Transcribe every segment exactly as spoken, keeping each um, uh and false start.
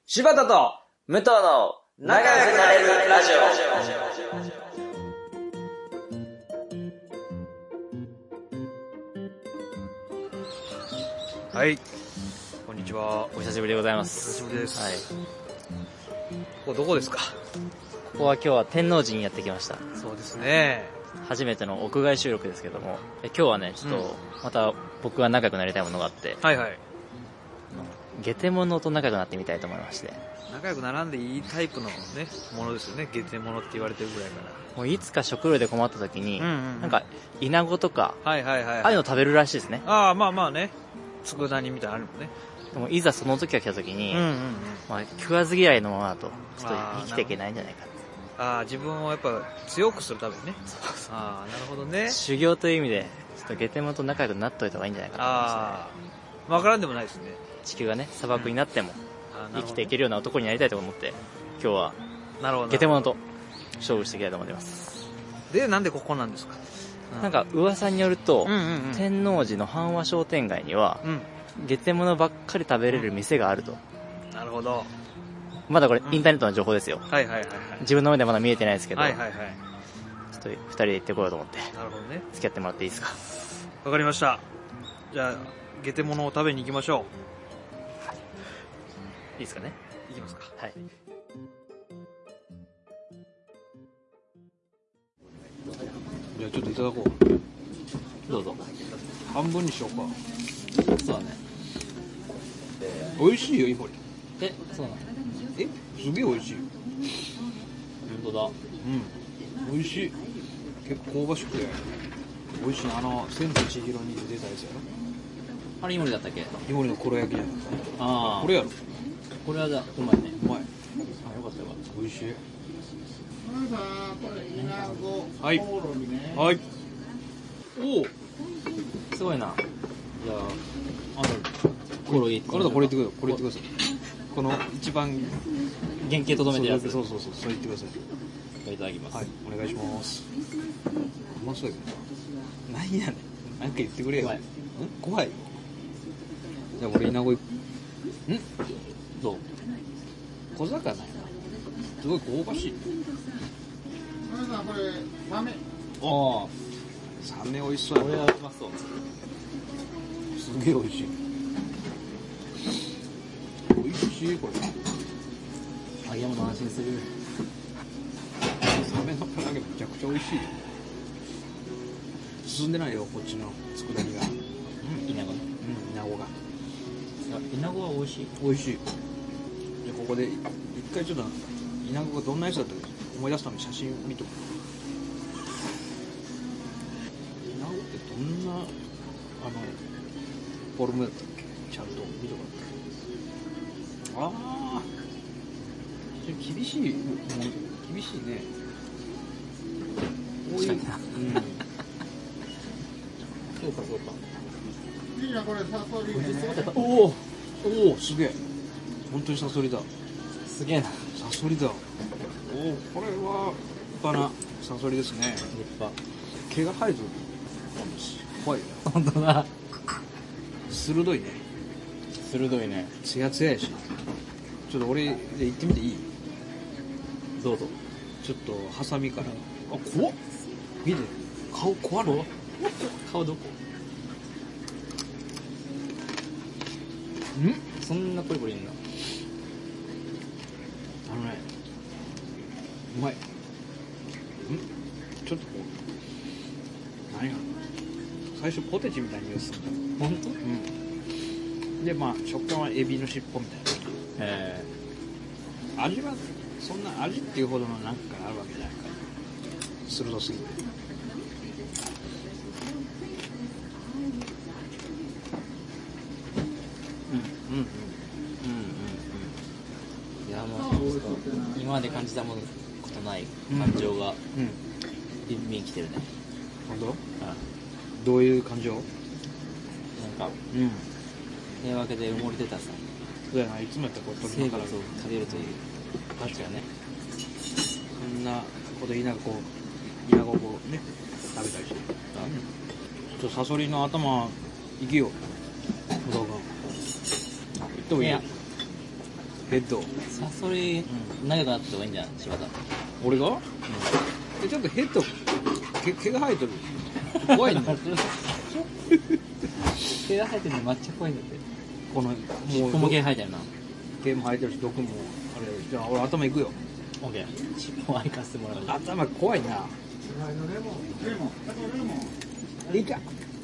柴田と武藤の仲良くなれるラジオ。はい、こんにちは。 お久しぶりでございます。 お久しぶりです。 はい。 ここどこですか？ ここは今日は天王寺にやってきました。 そうですね。 初めての屋外収録ですけども、え今日はね、ちょっとまた僕が仲良くなりたいものがあって、 うん、はいはい。 ゲテモノと仲良くなってみたいと思いまして。 仲良く並んでいいタイプのね、ものですよね。ゲテモノって言われてるぐらいから。 もういつか食料で困った時に、うんうんうん、なんかイナゴとか、 はいはいはい、はい、 ああいうの食べるらしいですね。 ああ、まあまあね。佃煮みたいなのあるもんね。 でもいざその時が来た時に、うんうんうん、まあ、食わず嫌いのままだとちょっと生きていけないんじゃないかって。 ああ、自分をやっぱ強くするためにね。そうそう。ああ、なるほどね。 修行という意味でちょっとゲテモノと仲良くなっといた方がいいんじゃないかと思いましたね。ああ、わからんでもないですね。 地球がね砂漠になっても、うん、生きていけるような男になりたいと思って今日はなるほどゲテモノと勝負していきたいと思ってます。 で、なんでここなんですか？ うん、なんか噂によると、うんうんうん、天王寺の阪和商店街には、うん、ゲテモノばっかり食べれる店があると。 なるほど。 まだこれ、うん、インターネットの情報ですよ。 はいはいはいはい。 自分の目でまだ見えてないですけど、 はいはいはい。 ちょっと二人で行ってこようと思って。 なるほどね。 付き合ってもらっていいですか？ わかりました。じゃあゲテモノを食べに行きましょう。 はい。いいですかね？ 行きますか。 はい。 じゃあちょっといただこう。どうぞ。 半分にしようか。 そうだね。 美味しいよ、イモリ。 え、そうなの？ え、すげえ美味しい。 本当だ。 うん。美味しい。結構香ばしくて美味しい。あの千と千尋に出てたやつやろ。 あれイモリだったっけ？ イモリの黒焼きじゃなかった。ああ。これやろ。 これはじゃあうまいね。 うまい。 あ、よかったよかった。 美味しい。はい。はい。おお。 すごいな。じゃあ、あのコロいい。 あなたこれ言ってください。これ言ってください。この一番原型とどめてるやつ。 そうそうそう、そう言ってください。 いただきます。 はい、お願いします。うまそうやけど。なんやねん。なんか言ってくれよ。 怖い。 ん？怖い。じゃあ俺イナゴい。ん？ どう？ 小魚やな。すごい香ばしい。 これサメ。ああ。サメ美味しそうやな。 これはうまそう。 すげえ美味しい。美味しいこれ。 揚げ物安心する。 サメの唐揚げめちゃくちゃ美味しいよ。進んでないよこっちの佃煮が。 うん、イナゴね。 うん、イナゴが。 イナゴは美味しい。 美味しい。じゃあここで一回ちょっとイナゴがどんなやつだったか思い出すために写真見とく。イナゴってどんなあのフォルムだったっけ？ちゃんと見とく。ああ。厳しい。もう厳しいね。 確かにな。 うん。そうかそうか。 いいなこれサソリ。 おおおおすげえ。本当にサソリだ。 すげえな。 サソリだ。おおこれは立派なサソリですね。 立派。 毛が生えてる。怖いよ。 本当だ。 鋭いね。 鋭いね。 ツヤツヤやし。ちょっと俺で行ってみていい？ どうぞ。 ちょっとハサミから。あ、怖っ。見て。顔怖い。 顔どこ？ん？そんなポリポリいんだ。 あのね。うまい。ん？ちょっとこう。何やろ。最初ポテチみたいに匂いする。 本当？うん。 で、まあ食感はエビの尻尾みたいな。 へえ。味はそんな味っていうほどのなんかあるわけじゃないから。鋭すぎて。 うんうんうんうんうん。いやもう今まで感じたものことない感情がビンビンきてるね。 本当？どういう感情？ なんか、うん。平和けで埋もれてたさ。 そうやな、いつもやったらこう生物を食べるという価値がね。 そんなこと言いながらこうイナゴをね食べたりして。ちょっとサソリの頭いきよ。小沢君。行ってもいい？ いや。 ヘッド。 サソリ、長くなった方がいいんじゃない柴田。 俺が、うん、えちょっとヘッド毛毛が生えとる。怖いんだよ。 毛が生えてるのめっちゃ怖いんだって。 このもう尻尾も毛生えてるな。 毛も生えてるし毒もあれ。じゃあ俺頭いくよ。 オッケー。尻尾は行かせてもらう。 頭怖いな。いいか。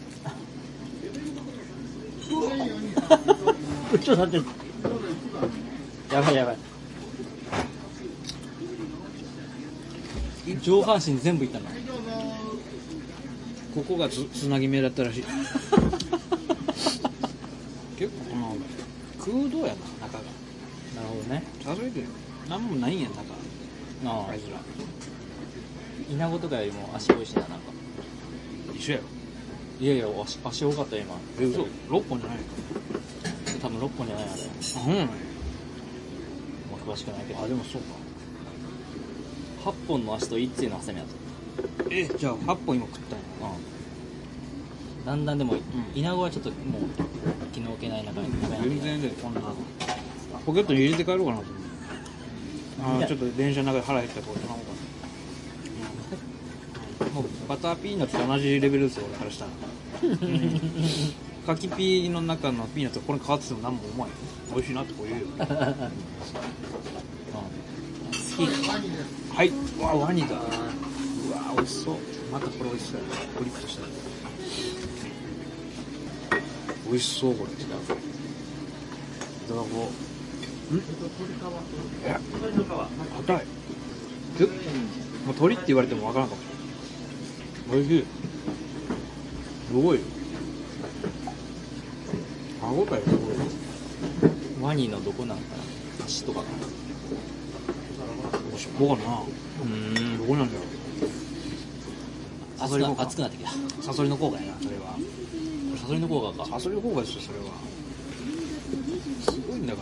ちょっと待って。やばいやばい。上半身全部いったな。 ここがつつなぎ目だったらしい。結構この空洞やな中が。 なるほどね。 サソリってなんもないんや中。 あああいつらイナゴとかよりも足多いしな、なんか。 一緒やろ。 いやいや、足足多かったよ今。 え嘘。六本じゃないの。 多分ろっぽんじゃないあれ。 あうん。 もう詳しくないけど。 あでもそうか。 はっぽんの足といっついのハサミだっえじゃあ八本今食ったんや。 た。うん。だんだんでも、イナゴはちょっともう気の置けない中に食べないといけない。 全然でこんなポケットに入れて帰ろうかなと思って。あーちょっと電車の中で腹減ったから頼もうかな。もうバターピーナッツと同じレベルですよ俺からしたら。柿ピーの中のピーナッツがこれ変わってても何も思わない。美味しいなってこう言うよ。 好き。 はい。うわワニだ。うわ美味しそう。またこれ美味しそうやな。プリッとした。美味しそうこれ。いただこう。ん？え？硬い。え？もう鳥って言われてもわからんかもしれない。美味しい。すごいよ。歯応えすごい。 ワニのどこなんかな、足とかかな。 尻尾かな。 うーん。 どこなんだろう。サソリ効果。 熱くなってきた。 サソリの効果やなそれは。 サソリの効果か。 サソリの効果ですよそれは。すごいんだから。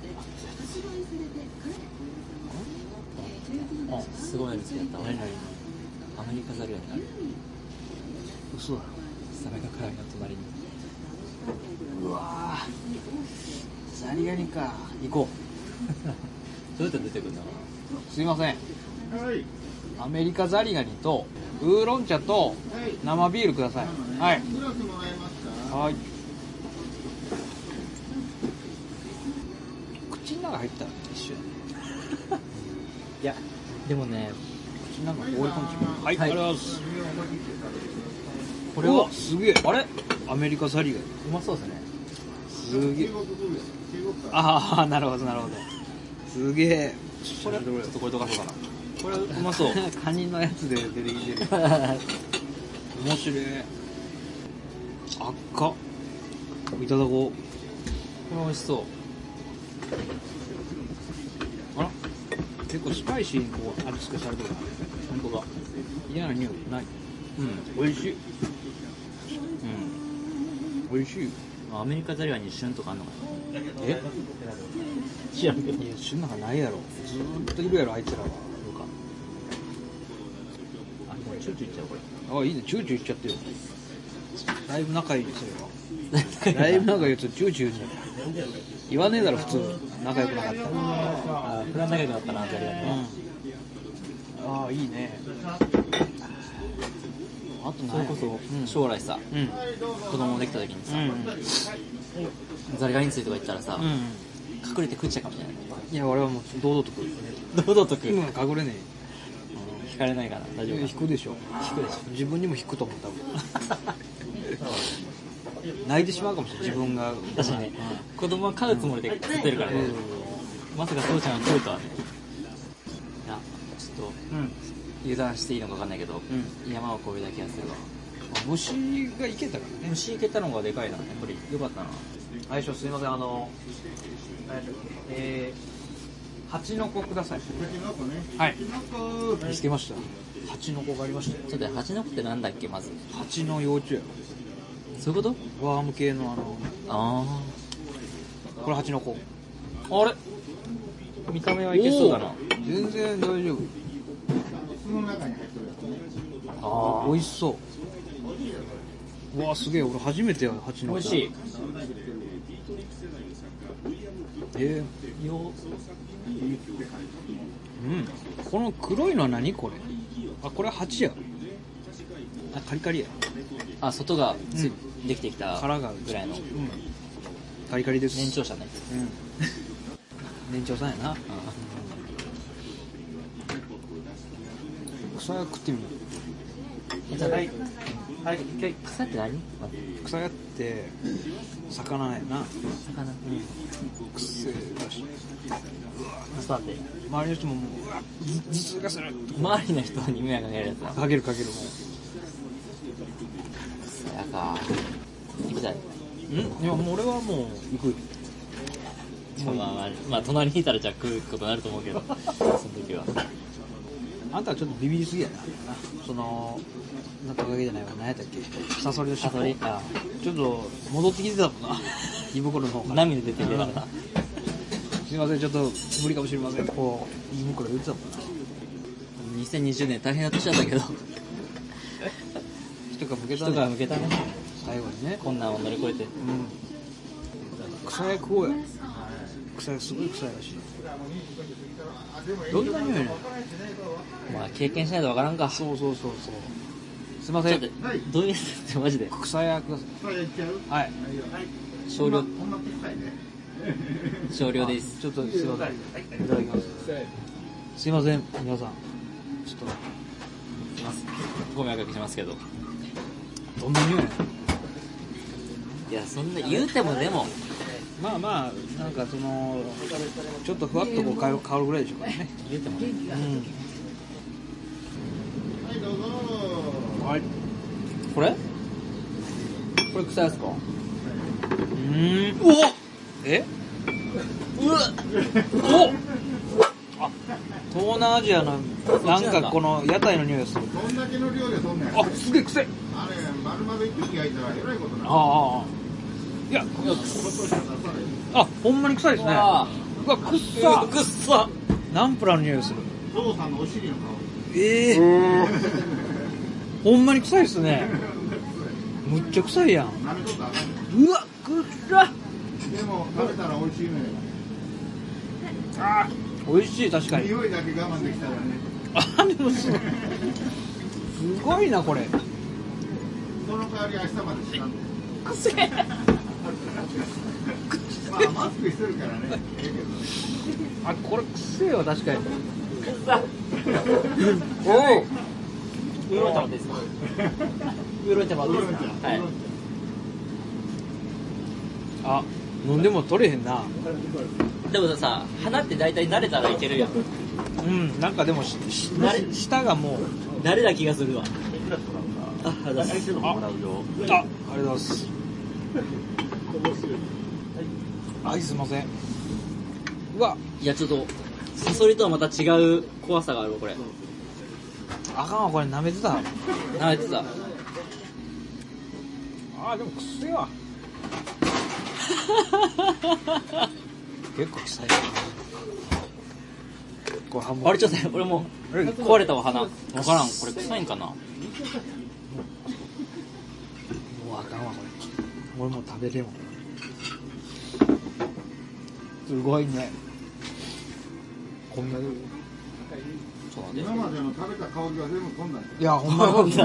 あ、すごいの見つけた。 何々。 アメリカザリガニがある。 嘘だろ。 サメが辛いの隣に。 うわぁザリガニか。行こどうやって出てくるんだろう。すいません。 はい。 アメリカザリガニとウーロン茶と生ビールください。はい。 グラスもらえますか？ はい。口の中入ったら一緒やね。 いや、でもね、 口の中放り込んじゃう。はい、 はいありがとうございます。 これはうわすげえ。あれアメリカザリガニ。 うまそうですね。 すげえ。 中国風です。中国から。 ああ、なるほど、なるほど。すげえ。 これ、ちょっとこれとかそうかな。 これうまそう。カニのやつで出てきてる。面白い。あっか。いただこう。 これ美味しそう。 あら結構スパイシーにこう味付けされてるな。 本当だ。 嫌な匂いない。 うん。 美味しい。 うん。 美味しい。 アメリカザリガニに旬とかあんのかな。 え知らんけど。 いや、旬なんかないやろ。ずーっといるやろ、あいつらは。 そうか。あ、もうチューチューいっちゃうこれ。 あ、いいね。チューチューいっちゃってよ。だいぶ仲いいよ、それは。だいぶ仲いいやつ、チューチュー言うんだよ。言わねえだろ、普通。仲良くなかったら。 あ、フラン仲良くなったな、ザリガニは。 うん。ああ、いいね。あとそれこそ、 うん将来さ、 うん。 子供できた時にさ、 うん。 ザリガニについてとか言ったらさ、 うん。 隠れて食っちゃうかもしれない。 いや、俺はもう堂々と食う。 堂々と食う。 今隠れね引かれないかな、大丈え。 夫引くでしょ。 引くでしょ。 自分にも引くと思ったもん。泣いてしまうかもしれない、自分が。 確かに、子供は飼うつもりで飼ってるからね、 うん。 まさか父ちゃんが食うとはね。いや、ちょっとうん。 油断していいのか分かんないけど、 うん。 山を越えた気がするわ。 虫がいけたからね。 虫いけたのがでかいな、やっぱりよかったな。 最初すいません、あの、えー、蜂の子ください。 蜂の子ね。 はい。 蜂の子。 見つけました。蜂の子がありましたよ。 ちょっと蜂の子ってなんだっけ、まず。 蜂の幼虫やそういうこと？ ろ。ワーム系のあの、 あこれ蜂の子。 あ。あれ見た目はいけそうだな。 全然大丈夫。 その中に入ってるやつね。 あ美味しそう。うわすげえ、俺初めてや蜂の子。 美味しい。 えー、ようんこの黒いのは何これあこれは蜂やあカリカリやあ外がつ、 うん、 できてきた殻がぐらいの、うん、 カリカリです年長者ね、 うん、年長さんやな、うん、草屋食ってみようじゃあはいはい草って何？ 草屋って魚やな魚、うん、 くせえだしちょっと待って周りの人ももううわ頭痛がする周りの人に迷惑かけるやつだかけるかけるもうそやか行きたい。 んいやもう俺はもう行くよまあまあ、まあ、隣にいたらじゃあ食うことになると思うけどその時はあんたはちょっとビビりすぎやなそのなんかおかげじゃないわ何やったっけサソリの尻尾あちょっと戻ってきてたもんな胃袋の方から涙出てるからなすいませんちょっと無理かもしれませんこう胃袋言ってたもんなにせんにじゅうねん大変な年だったけど人が向けたね人が向けたね最後にね困難を乗り越えて、 うん草屋食おうや草屋すごい臭いらしいどんな匂いなのまあ経験しないとわからんか。 そうそうそうそうすいませんちょっとどういうやつってマジで草屋くださいはい少量少量です。 ちょっとすいませんいただきますすいません皆さんちょっとご迷惑かけしますけどどんな匂いなのいやそんな言うてもでもまあまあなんかそのちょっとふわっとこう香る香るぐらいでしょうからね言うてもねうんはいこれこれ草やつかうーんうおえうわおあ東南アジアのなんかこの屋台の匂いがするどんだけの量でそんなんやあすげえ臭いあれ丸々一匹焼いたらえらいことになるああいやあほんまに臭いですねうわくっさくっさナンプラーの匂いがするゾウさんのお尻の香ええー、ほんまに臭いですねむっちゃ臭いやんり舐めとったらあかんねうわくっらでも食べたら美味しいねあ美味しい確かに匂いだけ我慢できたらねあでもすごいすごいなこれその代わり明日まで知らんでくせえまあマスクしてるからねええけどねあこれくせえわ確かにおおウーロン茶ですかウーロン茶もですかはいあ飲んでも取れへんなでもさ鼻って大体慣れたらいけるやんうんなんかでもしし舌がもう慣れた気がするわあ、ありがとうございますああありがとうございますはいすいませんうわいやちょっとサソリとはまた違う怖さがあるわこれあかんわこれ舐めてた慣れてたあでもくっせえわ結構臭いこれ半分あれちょっと待って俺もう壊れたわ鼻わからんこれ臭いんかなもうあかんわこれ俺もう食べれんわすごいねこんなそうなん今までの食べた香りが全部飛んだんやいやほんまに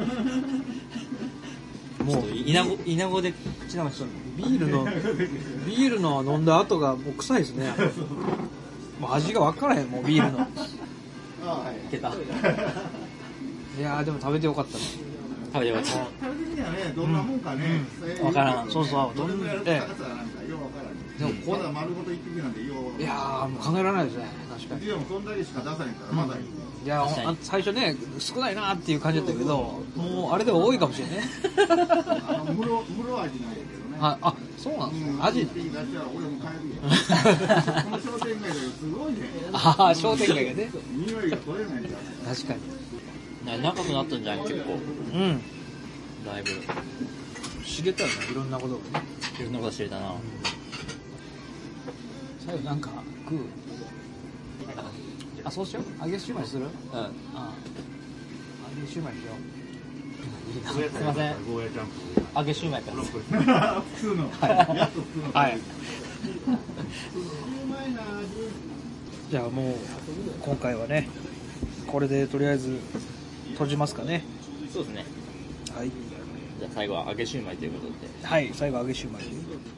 もうイナゴイナゴで口流しとるビールのビールの飲んだ後がもう臭いですねもう味が分からへんもうビールのああはいいけたいやーでも食べてよかったね食べてよかった食べてみはねどんなもんかねわからんそうそうどんなやるええ高さなんかようわからんでもこまだ丸ごと一匹なんてよういやーもう考えられないですね確かにでもそんだけしか出さへんからまだいいいや確かにあ最初ね少ないなっていう感じだったけどもうあれでも多いかもしれないあの室室味なんやけどねああそうなんですか味一匹出したら俺も帰るよこの商店街だけどすごいねああ商店街がね匂いが取れないんだ確かに仲良くなったんじゃん結構うんだいぶ知れたよねいろんなことがねいろんなこと知れたな最後なんか食うあそうしよう揚げシューマイするうんああ揚げシューマイしようすいません揚げシューマイから普通のやっと普通のはいじゃあもう今回はねこれでとりあえず閉じますかね。 そうですね。 はい。 じゃあ最後は揚げシューマイということで。 はい、最後揚げシューマイ。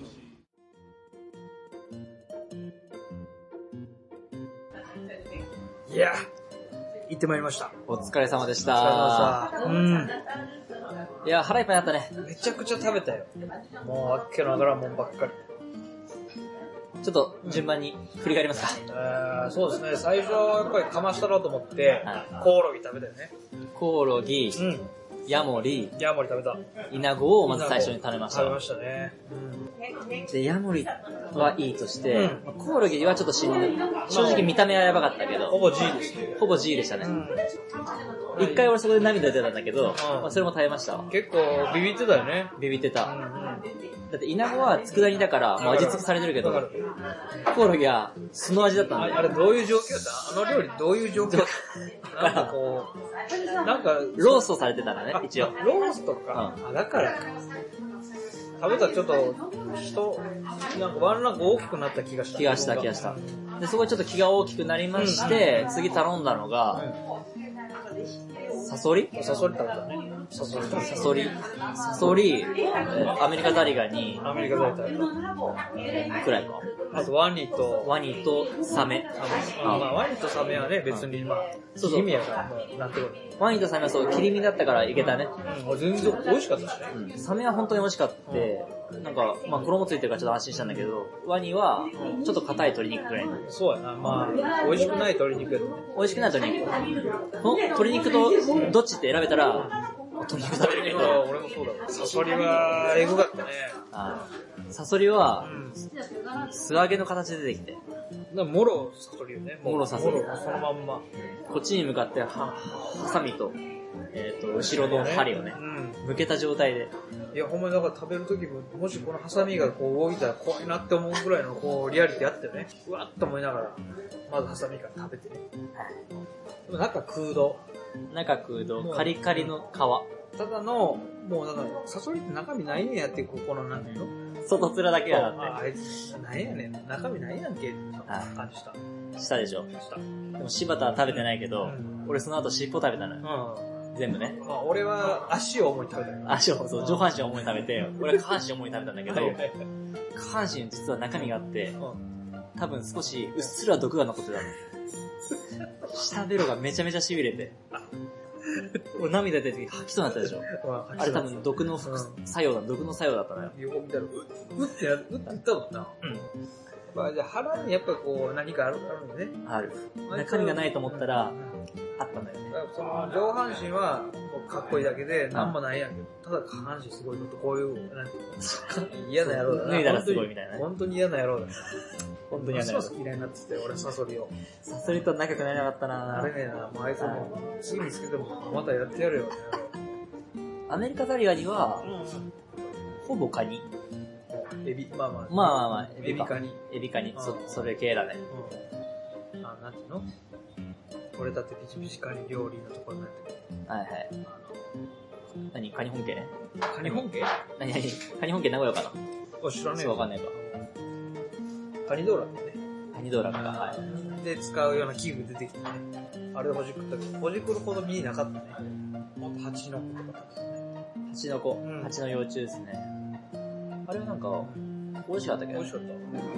いや、行ってまいりました。 お疲れ様でした。 お疲れ様でした。うん。 いや、腹いっぱいになったね。 めちゃくちゃ食べたよ。もうあっけのあがらんもんばっかり。 ちょっと順番に振り返りますか。 うん、そうですね。最初はやっぱりかましたろうと思って、はい、コオロギ食べたよね。 コオロギ、うん、ヤモリ、 ヤモリ食べた。 イナゴをまず最初に食べました。 食べましたね。 うん、で、ヤモリはいいとして、うん、コオロギはちょっとしんどい。正直見た目はやばかったけど。 ほぼ G でしたね。 ほぼ G でしたね。一、うん、回俺そこで涙出たんだけど、うんまあ、それも食べましたわ。 結構ビビってたよね。 ビビってた。うんうん、だってイナゴは佃煮だからもう味付けされてるけど、コオロギは素の味だったんだよ。 あれどういう状況だ？あの料理どういう状況だ？なんかこう、なんかローストされてたらね、一応。 ローストか。うん、あ、だから食べたらちょっと人なんかワンランク大きくなった気がした。 気がした気がした。でそこでちょっと気が大きくなりまして、うん、次頼んだのが、うん、サソリ？ サソリ食べたね。サソリ。 サソリ。サソリ、アメリカザリガニ。 アメリカザリガニ。 くらいか。 あとワニと、 ワニとサメ。 あまあ、ワニとサメはね、別に、まあ、そうそう。切り身やから、もう、なんてこと。 ワニとサメはそう、切り身だったからいけたね。 うん、全然美味しかったしね。 うん。サメは本当に美味しかった。うん、なんか、まあ、衣ついてるからちょっと安心したんだけど、ワニは、ちょっと硬い鶏肉くらいの。 そうやな。まあ、美味しくない鶏肉やね。 美味しくない鶏肉。この鶏肉とどっちって選べたら、鶏肉食べるけど。 俺もそうだ。サソリは、エグかったね。 ああサソリは、うん、素揚げの形で出てきて。 もろサソリよね。 もろサソリ。 そのまんま。 こっちに向かっては、ハサミと、えっと、後ろの針をね、うん、向けた状態で。 いや、ほんまにだから食べるときも、もしこのハサミがこう動いたら怖いなって思うぐらいのこう、リアリティあったよね。うわっと思いながら、まずハサミから食べてね。でも中空洞。 中空洞、カリカリの皮。 ただの、もうだから、サソリって中身ないねんやって、ここのなんていうの外面だけやなって。 あ、あいつ、なんやねん。中身ないやんけ、って感じした。 したでしょ。した。でも柴田は食べてないけど、うん、俺その後尻尾食べたのよ。うん、全部ね。 まあ、俺は足を主に食べたよ。 足を、そう、上半身を主に食べて、俺は下半身を主に食べたんだけど、下半身実は中身があって、多分少しうっすら毒が残ってたの。下ベロがめちゃめちゃ痺れて。俺涙出て吐きそうになったでしょ。あれ多分毒の作用だ、毒の作用だったのよ。 横見たら、うってやる、うって言ったもんな。うん。まあじゃあ腹にやっぱこう何かあるあるのね。 ある。中身がないと思ったら、あったんだよね。 その上半身はかっこいいだけで何もないやんけど、ただ下半身すごいのとこういう、なんていうの嫌な野郎だな。 脱いだらすごいみたいなね。 本当に嫌な野郎だな。 本当に嫌な野郎。 嫌いになってて、俺サソリを。 サソリと仲良くなれなかったなあれねえな、もうあいつも次見つけてもまたやってやるよ。 アメリカザリガニは、ほぼカニ。 エビ、まあまあ。 まあまあまあ、 エビカニ。 エビカニ、そ、それ系だね。 うん。あ、なんていうの取れたてピチピチカニ料理のところになってる。はいはい。何カニ本家ね。 カニ本家何何カニ本家名古屋かなあ、知らねえわかんないか。 カニ道楽ね。 カニ道楽か。はい。で、使うような器具出てきたね。あれでほじくったけど、ほじくるほど身なかったね。もっと蜂の子とかだったね。 蜂の子、うん、蜂の幼虫ですね。あれはなんか、美味しかったけど、ね。 美味しかった。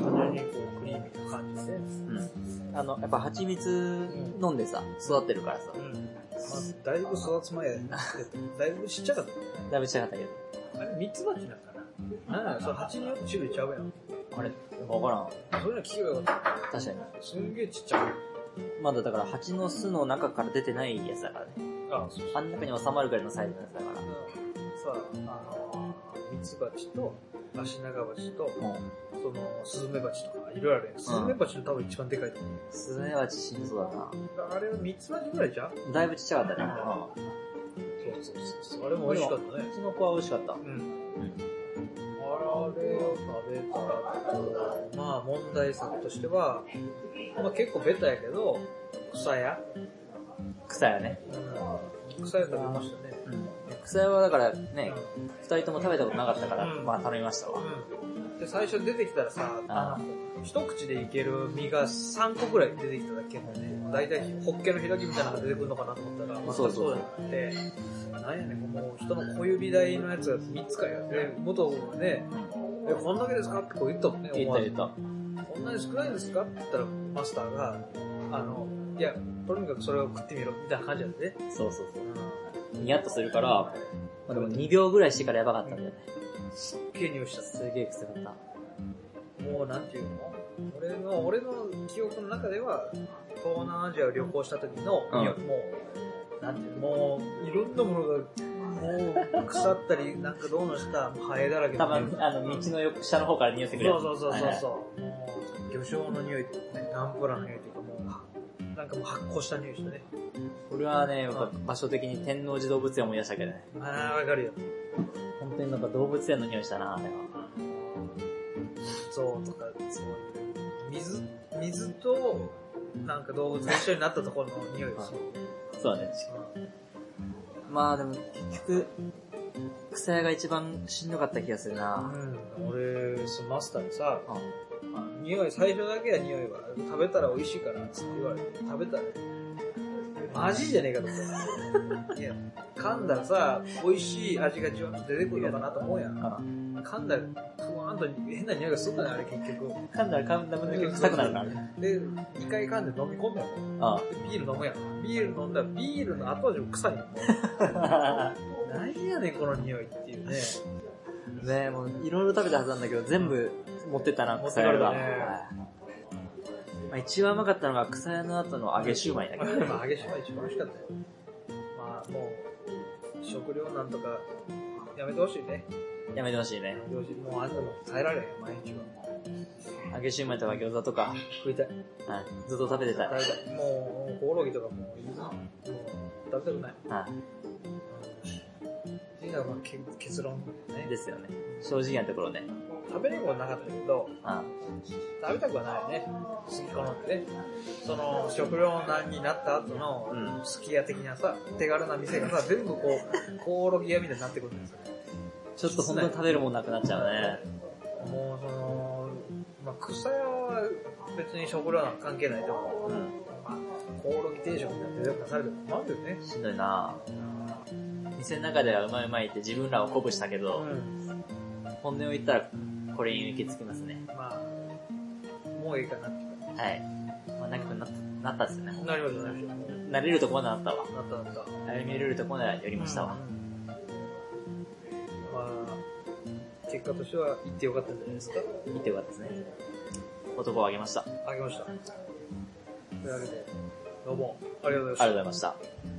単純にこう、クリーミーな感じで。うん。 あの、やっぱ蜂蜜飲んでさ、育ってるからさ。うん。 まあ、だいぶ育つ前やね。だいぶちっちゃかったね。 だいぶちっちゃかったけど。 あれ、ミツバチなんかななんだそれ蜂によって種類ちゃうやん。 あれわからん。 そういうの聞けばよかった。 確かに。 すんげえちっちゃい。 まだだから蜂の巣の中から出てないやつだからね。 ああ、そうそう。 あん中に収まるぐらいのサイズのやつだから。 さあ、あの、ミツバチと、アシナガバチと、うん、その、スズメバチとか、いろいろあるやん。スズメバチの多分一番でかいと思う。 スズメバチ死にそうだな。 あれはミツバチぐらいじゃんだいぶちっちゃかったね。 うん。そうそうそう。あれも美味しかったね。 うちの子は美味しかった。うん。うん。 あれを食べたら、まあ問題作としては、まあ結構ベタやけど、草屋草屋ね。 うん。草屋食べましたね。 うん。草屋はだからね、二、うん、人とも食べたことなかったから、うん、まあ頼みましたわ。 うん。 で、最初出てきたらさ、あの一口でいける身がさんこぐらい出てきただけでね、だいたいホッケの開きみたいなのが出てくるのかなと思ったら、まあ、そうそうじゃなくて、なんやねん、もう人の小指大のやつがみっつかよ。で、元がね、え、こんだけですかってこう言ったもんね、 言った言った。 こんなに少ないんですかって言ったら、マスターが、あの、いや、とにかくそれを食ってみろ、みたいな感じなんでね。 そうそうそう。ニヤッとするから、まあ、でもにびょうぐらいしてからやばかったんだよね。 すっげえ匂いした。 すげえ臭かった。 もうなんていうの俺の、俺の記憶の中では、東南アジアを旅行した時の匂い、うん、もう、なんていうの、もう、いろんなものが、もう、腐ったり、なんかどうのした、ハエだらけの。多分、あの、道の下の方から匂ってくるやつ。 そうそうそうそうそう。もう、魚醤の匂いというかね、ナンプラーの匂いというか、もう、なんかもう発酵した匂いしたね。 これはね、やっぱ場所的に天王寺動物園を思い出したけどね。 ああ、わかるよ。 本当になんか動物園の匂いしたな、あれは。 そうとか、そう。水、水と、なんか動物が一緒になったところの匂いがする。 そうだね。まあでも結局、草屋が一番しんどかった気がするな。 うん。俺、そのマスターにさ、うん、匂い、最初だけは匂いは、食べたら美味しいからって言われて、食べたら、マジじゃねえかと思って。いや、噛んだらさ、美味しい味がじわっと出てくるのかなと思うやん。噛んだら、ふわーんと変な匂いがするんだね、あれ結局。 噛んだら噛んだ分だけ臭くなるからね。 で、にかい噛んで飲み込むやん。ああで、ビール飲むやん。ビール飲んだら、ビールの後味も臭いの。何やねん、この匂いっていうね。 ねえ、もういろいろ食べたはずなんだけど、全部持ってたな、草屋が。まあ、一番うまかったのが草屋の後の揚げシューマイだけど。 まあ揚げシューマイ一番美味しかったよ。まあもう、食料なんとかやめてほしいね。 やめてほしいね。 もうあんなの耐えられへんよ、毎日は。揚げシューマイとか餃子とか。 食いたい。 はい。ずっと食べてたい。 食べたい。もう、コオロギとかもういいな。もう、食べたくない。はい。っていうのがまあ結論ね。 ですよね。正直なところね。 食べれることなかったけど、食べたくはないよね。このね、その食料難になった後のすき家的なさ、手軽な店がさ、全部こう、コオロギ屋みたいになってくるんですよ。 ちょっと本当に食べるもんなくなっちゃうね。 もうその、まあ、草屋は別に食料なんか関係ないと思う。うん。まあ、コオロギ定食みたいな出されても困るよね。 しんどいなぁ。店の中ではうまいうまいって自分らを鼓舞したけど、うん、本音を言ったらこれに行き着きますね。 まあ、もういいかなって。 はい。まあ、仲良くなった、なったんですよね。 なりました、なりました。 慣れるとこまでなったわ。 なったなった。 歩みれるとこまでは寄りましたわ。 うん、まあ、結果としては行ってよかったんじゃないですか。 行ってよかったですね。男をあげました。 あげました。というわけで、どうもありがとうございました。 ありがとうございました。